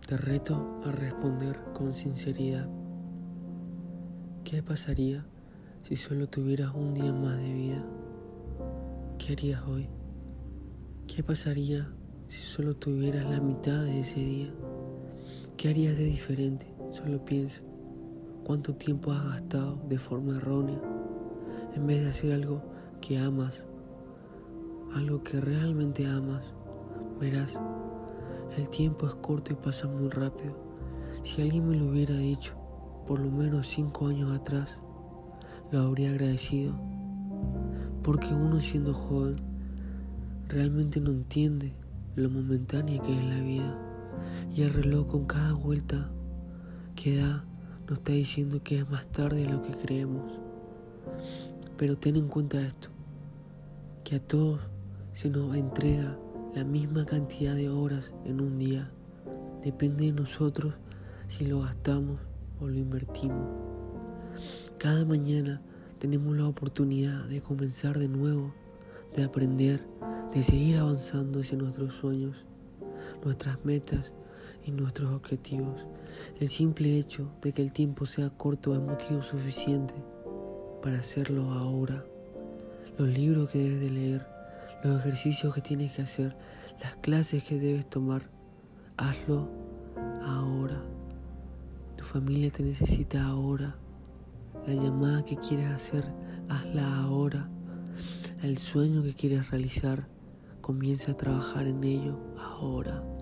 Te reto a responder con sinceridad. ¿Qué pasaría si solo tuvieras un día más de vida? ¿Qué harías hoy? ¿Qué pasaría si solo tuvieras la mitad de ese día? ¿Qué harías de diferente? Solo piensa. ¿Cuánto tiempo has gastado de forma errónea en vez de hacer algo que amas? Algo que realmente amas. Verás, el tiempo es corto y pasa muy rápido. Si alguien me lo hubiera dicho, por lo menos 5 años atrás, lo habría agradecido. Porque uno siendo joven, realmente no entiende lo momentánea que es la vida. Y el reloj con cada vuelta que da nos está diciendo que es más tarde de lo que creemos. Pero ten en cuenta esto, que a todos se nos entrega la misma cantidad de horas en un día. Depende de nosotros si lo gastamos o lo invertimos. Cada mañana tenemos la oportunidad de comenzar de nuevo, de aprender, de seguir avanzando hacia nuestros sueños, nuestras metas y nuestros objetivos. El simple hecho de que el tiempo sea corto es motivo suficiente para hacerlo ahora. Los libros que debes de leer, los ejercicios que tienes que hacer, las clases que debes tomar, hazlo ahora. Tu familia te necesita ahora. La llamada que quieres hacer, hazla ahora. El sueño que quieres realizar, comienza a trabajar en ello ahora.